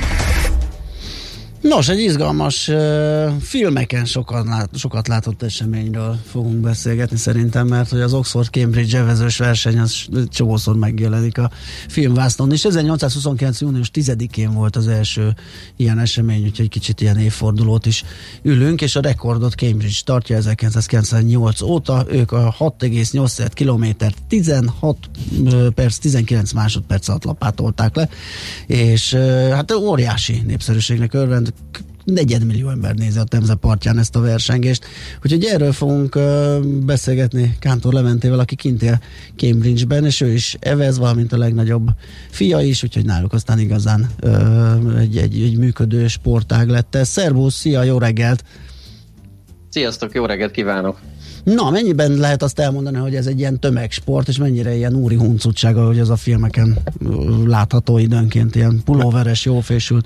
Nos, egy izgalmas uh, filmeken sokat, lát, sokat látott eseményről fogunk beszélgetni szerintem, mert hogy az Oxford-Cambridge evezős verseny az csomószor megjelenik a filmvásznon, és ezernyolcszázhuszonkilenc. június tizedikén volt az első ilyen esemény, úgyhogy kicsit ilyen évfordulót is ülünk, és a rekordot Cambridge tartja ezerkilencszázkilencvennyolc óta, ők a hat egész nyolc kilométert tizenhat perc, tizenkilenc másodperc alatt lapátolták le, és uh, hát óriási népszerűségnek örvend, negyedmillió ember nézi a Temze partján ezt a versengést. Úgyhogy erről fogunk uh, beszélgetni Kántor Leventével, aki kint él Cambridge-ben, és ő is evez, valamint a legnagyobb fia is, úgyhogy náluk aztán igazán uh, egy, egy, egy működő sportág lett ez. Szervusz, szia, jó reggelt! Sziasztok, jó reggelt kívánok! Na, mennyiben lehet azt elmondani, hogy ez egy ilyen tömegsport, és mennyire ilyen úri huncutság, ahogy az a filmeken látható időnként, ilyen pulóveres, jófésült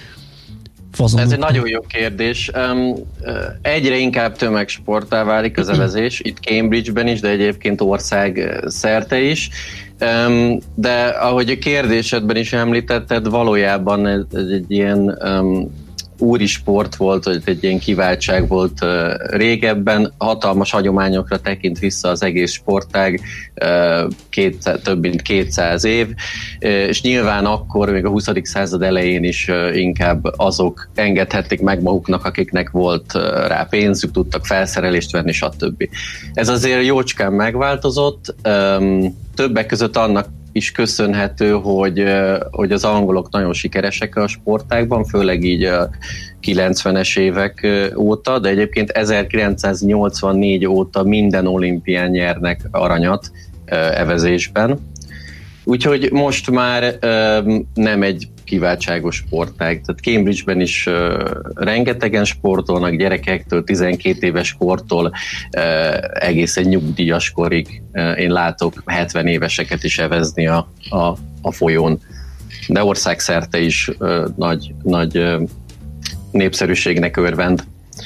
fazonok. Ez egy nagyon jó kérdés. Um, egyre inkább tömegsporttá válik az evezés, itt Cambridge-ben is, de egyébként ország szerte is. Um, de ahogy a kérdésedben is említetted, valójában ez, ez egy ilyen um, úri sport volt, vagy egy ilyen kiváltság volt uh, régebben, hatalmas hagyományokra tekint vissza az egész sportág, uh, kétszáz, több mint kétszáz év, uh, és nyilván akkor, még a huszadik század elején is uh, inkább azok engedhették meg maguknak, akiknek volt uh, rá pénzük, tudtak felszerelést venni, stb. Ez azért jócskán megváltozott, um, többek között annak is köszönhető, hogy, hogy az angolok nagyon sikeresek a sportágban, főleg így a kilencvenes évek óta, de egyébként ezerkilencszáznyolcvannégy óta minden olimpián nyernek aranyat evezésben. Úgyhogy most már nem egy kiváltságos sportág. Tehát Cambridge-ben is uh, rengetegen sportolnak, gyerekektől, tizenkét éves kortól uh, egészen nyugdíjas korig. Uh, én látok hetven éveseket is evezni a, a, a folyón. De országszerte is uh, nagy, nagy uh, népszerűségnek örvend.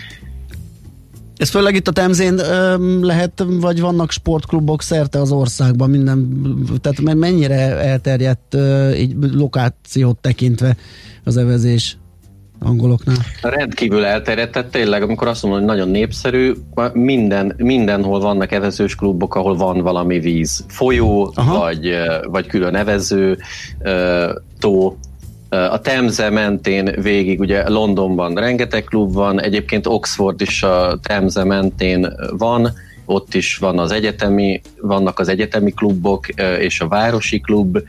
Ez főleg itt a Temzén ö, lehet, vagy vannak sportklubok szerte az országban, minden, tehát mennyire elterjedt ö, így lokációt tekintve az evezés angoloknál? Rendkívül elterjedt, tehát tényleg, amikor azt mondom, hogy nagyon népszerű, minden, mindenhol vannak evezős klubok, ahol van valami víz. Folyó, vagy, vagy külön evező, tó. A Temze mentén végig, ugye Londonban rengeteg klub van, egyébként Oxford is a Temze mentén van, ott is van az egyetemi, vannak az egyetemi klubok és a városi klub,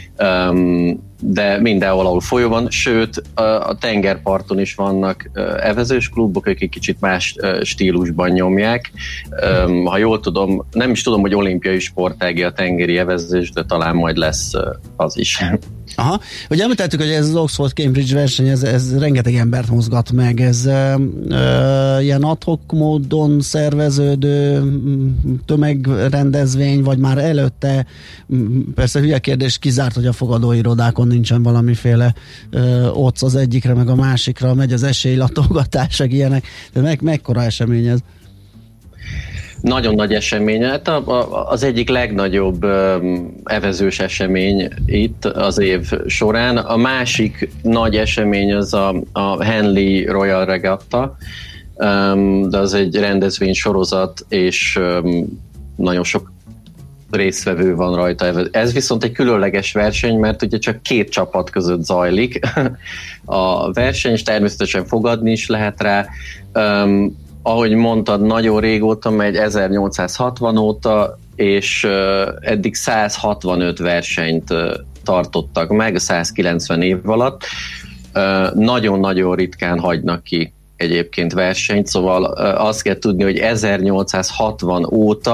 de mindenhol, ahol folyó van, sőt a tengerparton is vannak evezős klubok, akik kicsit más stílusban nyomják. Ha jól tudom, nem is tudom, hogy olimpiai sportági a tengeri evezés, de talán majd lesz az is. Aha, ugye említettük, hogy ez az Oxford-Cambridge verseny, ez, ez rengeteg embert mozgat meg, ez ö, ö, ilyen ad-hoc módon szerveződő tömegrendezvény, vagy már előtte, persze hülye kérdés, kizárt, hogy a fogadóirodákon nincsen valamiféle ö, otc az egyikre, meg a másikra, megy az esélylatogatás, ilyenek, de meg, mekkora esemény ez? Nagyon nagy esemény. Hát az egyik legnagyobb evezős esemény itt az év során. A másik nagy esemény az a, a Henley Royal Regatta, de az egy rendezvény sorozat, és nagyon sok résztvevő van rajta. Ez viszont egy különleges verseny, mert ugye csak két csapat között zajlik a verseny, és természetesen fogadni is lehet rá. Ahogy mondtad, nagyon régóta megy, ezernyolcszázhatvan óta, és eddig száz hatvanöt versenyt tartottak meg száz kilencven év alatt. Nagyon-nagyon ritkán hagynak ki egyébként versenyt, szóval azt kell tudni, hogy ezernyolcszázhatvan óta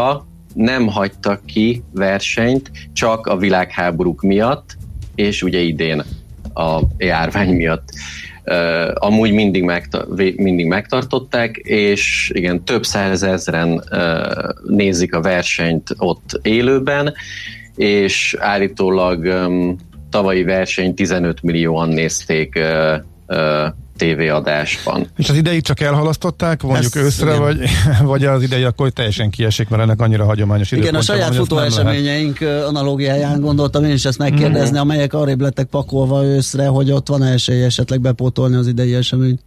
nem hagytak ki versenyt csak a világháborúk miatt, és ugye idén a járvány miatt. Uh, amúgy mindig, megta- mindig megtartották, és igen, több százezren uh, nézik a versenyt ott élőben, és állítólag um, tavalyi versenyt tizenöt millióan nézték uh, uh, tévéadásban. És az idejét csak elhalasztották, mondjuk Ezt, őszre, vagy, vagy az idei akkor teljesen kiesik, mert ennek annyira hagyományos időpontja. Igen, a saját futó eseményeink analógiáján gondoltam én is ezt megkérdezni, mm-hmm. amelyek arrébb lettek pakolva őszre, hogy ott van esély esetleg bepótolni az idei eseményt?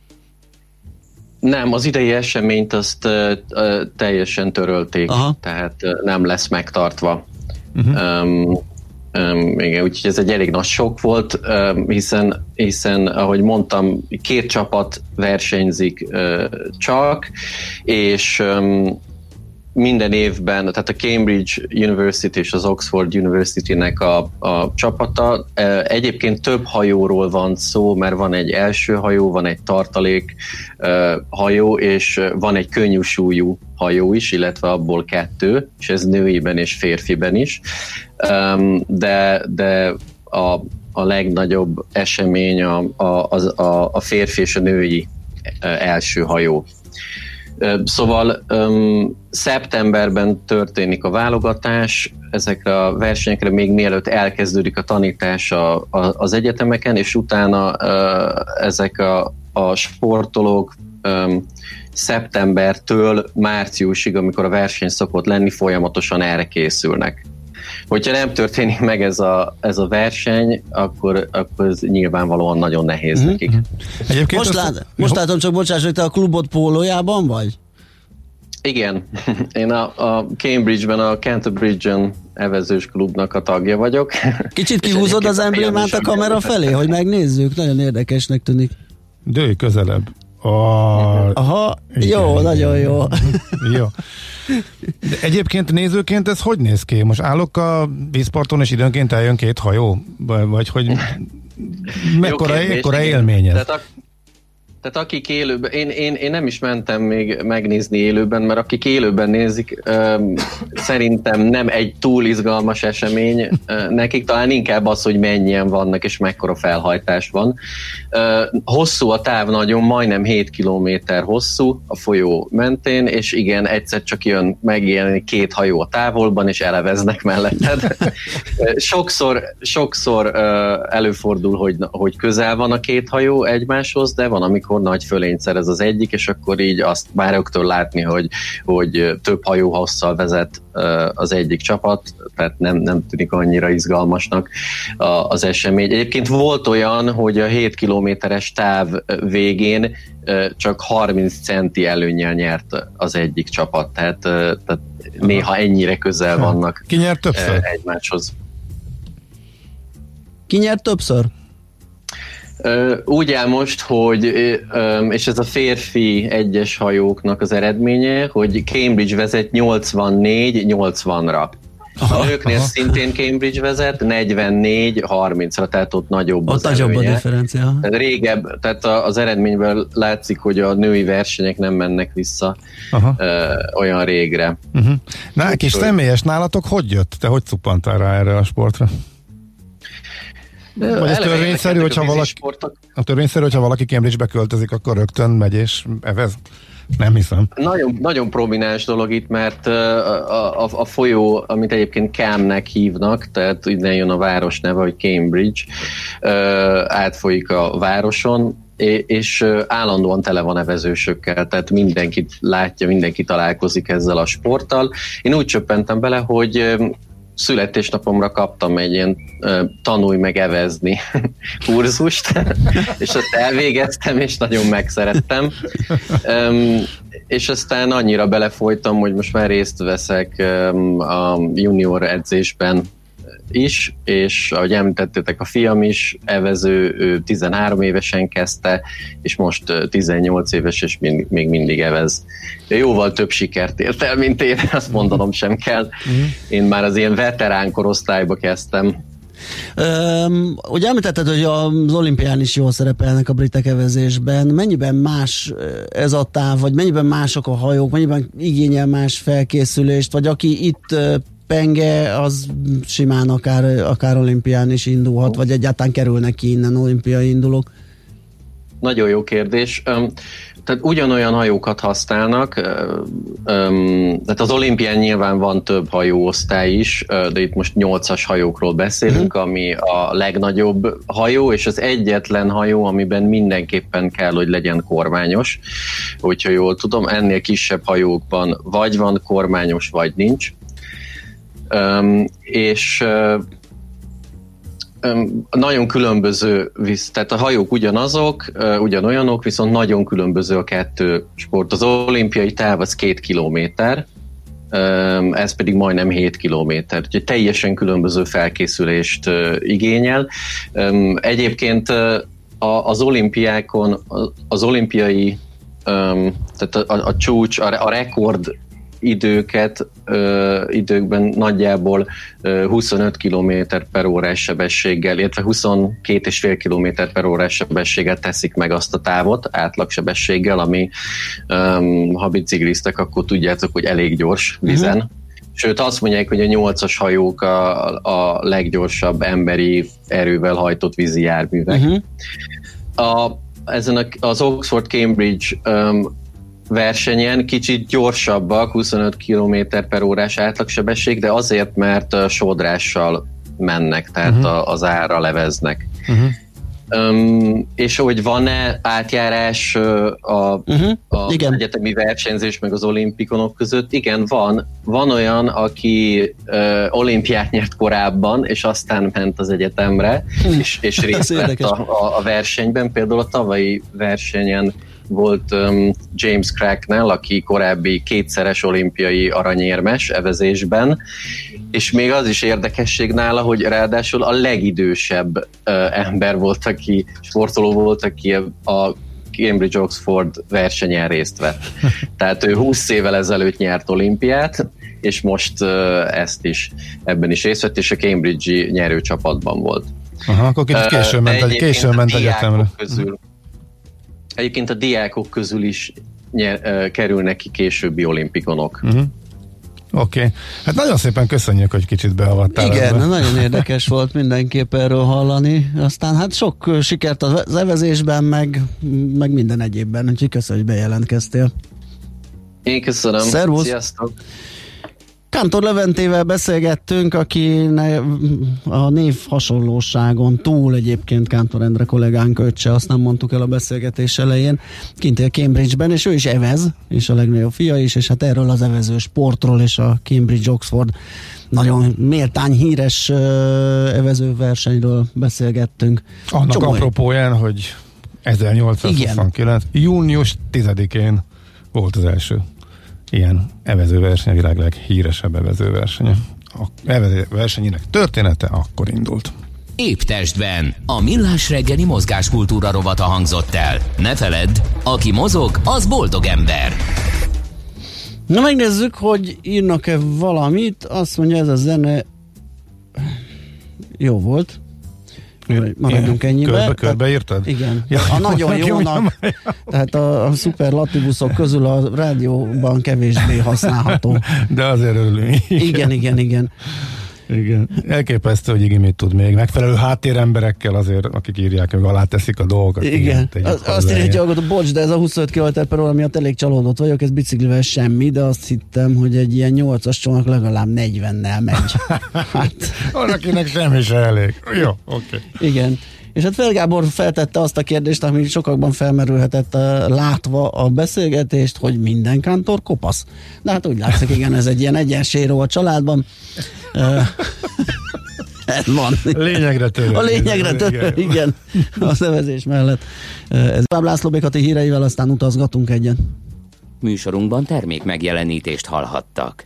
Nem, az idei eseményt azt uh, uh, teljesen törölték, Aha. tehát uh, nem lesz megtartva. Uh-huh. Um, Um, igen, úgyhogy ez egy elég nagy sok volt, um, hiszen, hiszen, ahogy mondtam, két csapat versenyzik uh, csak, és um, minden évben, tehát a Cambridge University és az Oxford University-nek a, a csapata. Egyébként több hajóról van szó, mert van egy első hajó, van egy tartalék uh, hajó, és van egy könnyűsúlyú hajó is, illetve abból kettő, és ez nőiben és férfiben is. Um, de de a, a legnagyobb esemény a, a, a, a férfi és a női uh, első hajó. Szóval um, szeptemberben történik a válogatás ezekre a versenyekre, még mielőtt elkezdődik a tanítás a, a, az egyetemeken, és utána uh, ezek a, a sportolók um, szeptembertől márciusig, amikor a verseny szokott lenni, folyamatosan erre készülnek. Hogyha nem történik meg ez a, ez a verseny, akkor, akkor ez nyilvánvalóan nagyon nehéz mm-hmm. nekik. Egyébként most, lát, azt... most látom, csak bocsáss, hogy te a klubod pólójában vagy? Igen. Én a, a Cambridge-ben a Canterbridge-en evezős klubnak a tagja vagyok. Kicsit kihúzod az emblémát a kamera felé, hogy megnézzük? Nagyon érdekesnek tűnik. Dőj közelebb. A... Aha, igen, jó, igen. Nagyon jó. Jó. De egyébként nézőként ez hogy néz ki? Most állok a vízparton, és időnként eljön két hajó? Vagy hogy mekkora, mekkora élmény ez? Tehát, a, tehát akik élőben, én, én, én nem is mentem még megnézni élőben, mert akik élőben nézik, um, szerintem nem egy túl izgalmas esemény, uh, nekik talán inkább az, hogy mennyien vannak, és mekkora felhajtás van. Uh, hosszú a táv, nagyon, majdnem hét kilométer hosszú a folyó mentén, és igen, egyszer csak jön megjelenik két hajó a távolban, és eleveznek melletted. sokszor sokszor uh, előfordul, hogy, hogy közel van a két hajó egymáshoz, de van, amikor nagy fölényt szerez az egyik, és akkor így azt már rögtön látni, hogy, hogy több hajó hosszal vezet az egyik csapat, tehát nem, nem tűnik annyira izgalmasnak az esemény. Egyébként volt olyan, hogy a hét kilométeres táv végén csak harminc centi előnnyel nyert az egyik csapat, tehát, tehát néha ennyire közel vannak Ki nyert többször? egymáshoz. Ki nyert többször? Úgy áll most, hogy, és ez a férfi egyes hajóknak az eredménye, hogy Cambridge vezet nyolcvannégy nyolcvanra. A nőknél aha. szintén Cambridge vezet negyvennégy harmincra, tehát ott nagyobb ott az nagyobb előnye. a differencia. Tehát régebb, tehát az eredményből látszik, hogy a női versenyek nem mennek vissza aha. ö, olyan régre. Uh-huh. Na, kis személyes, nálatok hogy jött? Te hogy cuppantál rá erre a sportra? Vagy ez törvényszerű, hogyha valaki, a törvényszerű, hogyha valaki Cambridge-be költözik, akkor rögtön megy és evez? Nem hiszem. Nagyon, nagyon prominens dolog itt, mert a, a, a folyó, amit egyébként Camnek hívnak, tehát innen jön a város neve, hogy Cambridge, átfolyik a városon, és állandóan tele van evezősökkel, tehát mindenkit látja, mindenki találkozik ezzel a sporttal. Én úgy csöppentem bele, hogy születésnapomra kaptam egy ilyen uh, tanulj meg evezni kurzust, és azt elvégeztem, és nagyon megszerettem. Um, és aztán annyira belefolytam, hogy most már részt veszek um, a junior edzésben is, és ahogy említettétek, a fiam is evező, ő tizenhárom évesen kezdte, és most tizennyolc éves, és mind, még mindig evez. Jóval több sikert ért el, mint én, azt mondanom sem kell. Én már az ilyen veterán korosztályba kezdtem, Üm, ugye említetted, hogy az olimpián is jól szerepelnek a britek evezésben. Mennyiben más ez a táv, vagy mennyiben mások a hajók, mennyiben igényel más felkészülést, vagy aki itt penge, az simán akár, akár olimpián is indulhat, vagy egyáltalán kerülnek ki innen olimpiai indulók? Nagyon jó kérdés. Tehát ugyanolyan hajókat használnak, tehát az olimpián nyilván van több hajóosztály is, de itt most nyolcas hajókról beszélünk, uh-huh. ami a legnagyobb hajó, és az egyetlen hajó, amiben mindenképpen kell, hogy legyen kormányos. Hogyha jól tudom, ennél kisebb hajókban vagy van kormányos, vagy nincs. És nagyon különböző, tehát a hajók ugyanazok, ugyanolyanok, viszont nagyon különböző a kettő sport. Az olimpiai táv az két kilométer, ez pedig majdnem hét kilométer, úgyhogy teljesen különböző felkészülést igényel. Egyébként az olimpiákon, az olimpiai, tehát a, a, a csúcs, a, a rekord időket, ö, időkben nagyjából ö, huszonöt kilométer per órás sebességgel, illetve huszonkét egész öt kilométer per órás sebességgel teszik meg azt a távot átlagsebességgel, ami ö, ha bicikliztek, akkor tudjátok, hogy elég gyors vízen. Uh-huh. Sőt, azt mondják, hogy a nyolcas hajók a, a leggyorsabb emberi erővel hajtott vízi járművek. Uh-huh. A, ezen az Oxford-Cambridge um, versenyen kicsit gyorsabbak, huszonöt kilométer per órás átlagsebesség, de azért, mert sodrással mennek, tehát uh-huh. az árra leveznek. Uh-huh. Um, és hogy van-e átjárás a, uh-huh. a egyetemi versenyzés meg az olimpikonok között? Igen, van. Van olyan, aki uh, olimpiát nyert korábban, és aztán ment az egyetemre, uh-huh. és, és részt vett a, a, a versenyben. Például a tavalyi versenyen volt um, James Cracknell, aki korábbi kétszeres olimpiai aranyérmes evezésben, és még az is érdekesség nála, hogy ráadásul a legidősebb uh, ember volt, aki sportoló volt, aki a Cambridge-Oxford versenyen részt vett. Tehát ő húsz évvel ezelőtt nyert olimpiát, és most uh, ezt is, ebben is részt vett, és a Cambridge-i nyerőcsapatban volt. Aha, akkor kicsit későn ment, uh, későn ment egyetemre. Közül, Egyébként a diákok közül is nyer, uh, kerülnek ki későbbi olimpikonok. Uh-huh. Oké. Okay. Hát nagyon szépen köszönjük, hogy kicsit beavattál. Igen, ebbe. Nagyon érdekes volt mindenképp erről hallani. Aztán hát sok sikert az evezésben, meg, meg minden egyébben. Úgyhogy köszönjük, hogy bejelentkeztél. Én köszönöm. Szervusz. Sziasztok. Kántor Leventével beszélgettünk, aki a név hasonlóságon túl egyébként Kántor Endre kollégánk öccse, azt nem mondtuk el a beszélgetés elején, kint él Cambridge-ben, és ő is evez, és a legnagyobb fia is, és hát erről az evező sportról és a Cambridge-Oxford nagyon méltány híres uh, evezőversenyről beszélgettünk. Annak Csomó apropóján, hogy ezernyolcszázhuszonkilenc. június tizedikén volt az első ilyen evezőverseny, a világ leghíresebb evezőversenye. A evezőversenyének története akkor indult. Épp testben a Millás reggeli mozgáskultúra rovata hangzott el. Ne feledd, aki mozog, az boldog ember. Na megnézzük, hogy írnak-e valamit. Azt mondja, ez a zene jó volt. Maradjunk ennyibe. Körbe, körbe írtad? Igen. Ja, a nagyon jónak, tehát a, a szuperlatívuszok közül a rádióban kevésbé használható. De azért örülünk. Igen, igen, igen. Igen. Elképesztő, hogy Igi mit tud még. Megfelelő háttéremberekkel azért, akik írják, hogy alá teszik a dolgokat. Igen. igen az, azt írja, hogy bocs, de ez a huszonöt kilométer per óra miatt elég csalódott vagyok, ez biciklivel semmi, de azt hittem, hogy egy ilyen nyolcas csomag legalább negyvennel megy. Hát. Valakinek semmi se elég. Jó, oké. Okay. Igen. És hát Fel Gábor feltette azt a kérdést, ami sokakban felmerülhetett uh, látva a beszélgetést, hogy minden kántor kopasz. De hát úgy látszik, igen, ez egy ilyen egyenséró a családban. Uh, ez van. Lényegre törő. A lényegre törő, igen. A szevezés mellett. Uh, ez Páb László Békati híreivel, aztán utazgatunk egyen. Műsorunkban termék megjelenítést hallhattak.